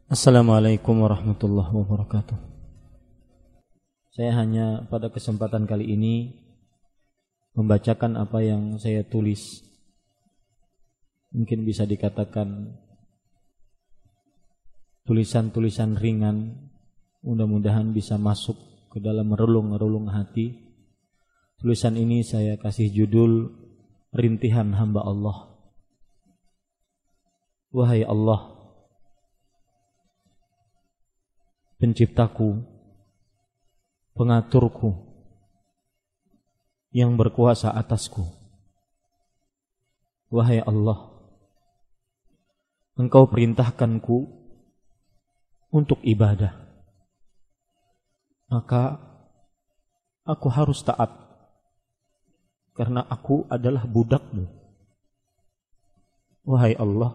Assalamualaikum warahmatullahi wabarakatuh. Saya hanya pada kesempatan kali ini membacakan apa yang saya tulis. Mungkin bisa dikatakan tulisan-tulisan ringan, mudah-mudahan bisa masuk ke dalam relung-relung hati. Tulisan ini saya kasih judul Rintihan Hamba Allah. Wahai Allah, Penciptaku, pengaturku, yang berkuasa atasku. Wahai Allah, Engkau perintahkanku untuk ibadah, maka aku harus taat, karena aku adalah budak-Mu. Wahai Allah,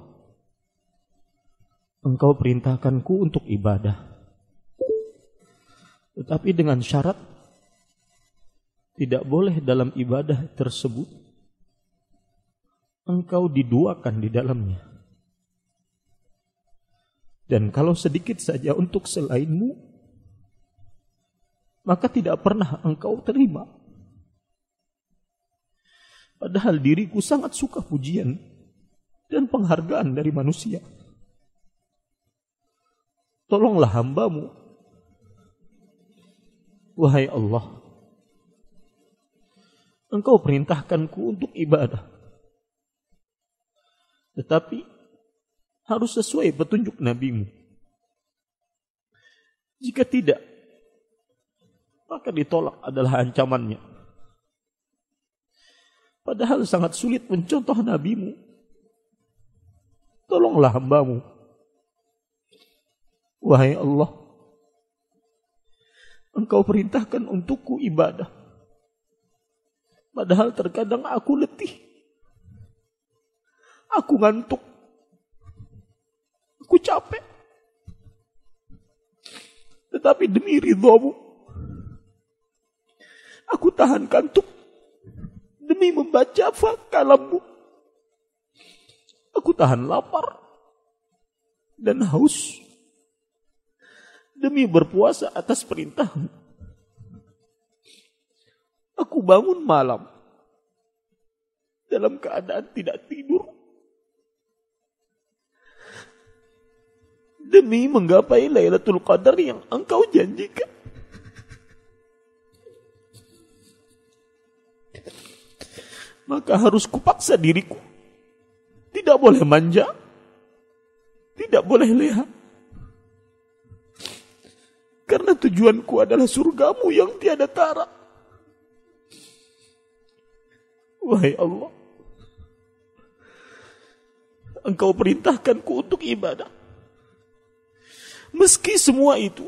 Engkau perintahkanku untuk ibadah, tetapi dengan syarat tidak boleh dalam ibadah tersebut Engkau diduakan di dalamnya. Dan kalau sedikit saja untuk selain-Mu, maka tidak pernah Engkau terima. Padahal diriku sangat suka pujian dan penghargaan dari manusia. Tolonglah hamba-Mu. Wahai Allah, Engkau perintahkanku untuk ibadah, tetapi harus sesuai petunjuk Nabi-Mu. Jika tidak, maka ditolak adalah ancamannya. Padahal sangat sulit mencontoh Nabi-Mu. Tolonglah hamba-Mu. Wahai Allah, Engkau perintahkan untukku ibadah, padahal terkadang aku letih, aku ngantuk, aku capek. Tetapi demi ridha-Mu, aku tahan kantuk demi membaca kalam-Mu. Aku tahan lapar dan haus demi berpuasa atas perintah-Mu. Aku bangun malam dalam keadaan tidak tidur demi menggapai Lailatul Qadar yang Engkau janjikan. Maka harus kupaksa diriku, tidak boleh manja, tidak boleh leha, karena tujuanku adalah surga-Mu yang tiada tara. Wahai Allah, Engkau perintahkanku untuk ibadah. Meski semua itu,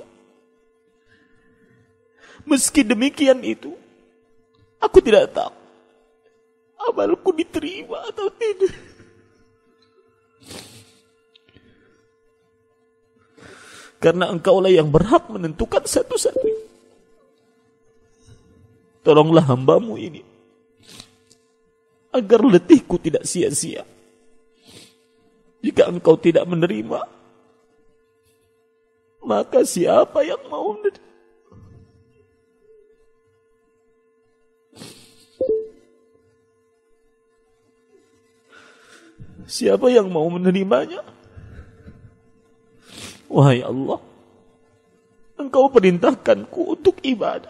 meski demikian itu, aku tidak tahu amalku diterima atau tidak. Karena Engkaulah yang berhak menentukan satu-satunya. Tolonglah hamba-Mu ini, agar letihku tidak sia-sia. Jika Engkau tidak menerima, maka siapa yang mau menerima? Siapa yang mau menerimanya? Wahai Allah, Engkau perintahkanku untuk ibadah,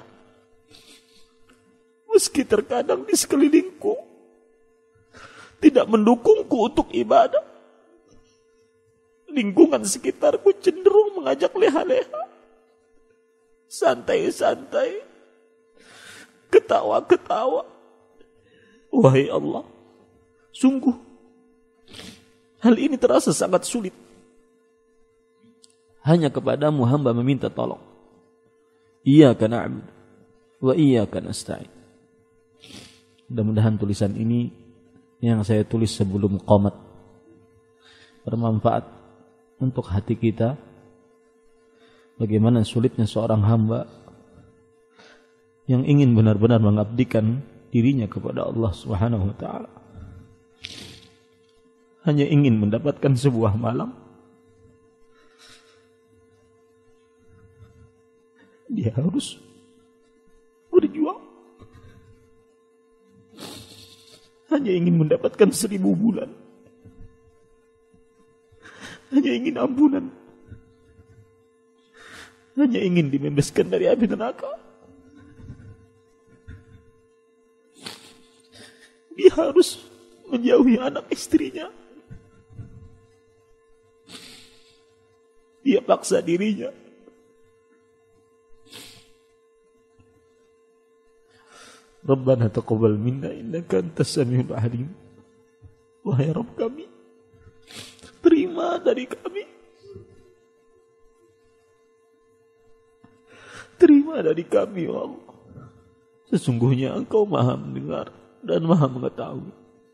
meski terkadang di sekelilingku tidak mendukungku untuk ibadah. Lingkungan sekitarku cenderung mengajak leha-leha, santai-santai, ketawa-ketawa. Wahai Allah, sungguh hal ini terasa sangat sulit. Hanya kepadamu hamba meminta tolong. Iyyaka na'budu wa iyyaka nasta'in. Mudah-mudahan tulisan ini yang saya tulis sebelum qomat bermanfaat untuk hati kita. Bagaimana sulitnya seorang hamba yang ingin benar-benar mengabdikan dirinya kepada Allah Subhanahu wa taala. Hanya ingin mendapatkan sebuah malam dia harus berjuang. Hanya ingin mendapatkan 1000 bulan. Hanya ingin ampunan. Hanya ingin dibebaskan dari api neraka. Dia harus menjauhi anak istrinya. Dia paksa dirinya. Rabbana taqabbal minna innaka antas samiul alim. Wahai Rabb kami, terima dari kami. Terima dari kami, ya Allah. Sesungguhnya Engkau Maha mendengar dan Maha mengetahui.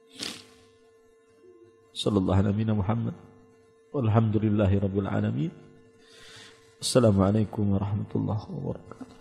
Sallallahu alaihi Muhammad. Walhamdulillahi rabbil alamin. Assalamualaikum warahmatullahi wabarakatuh.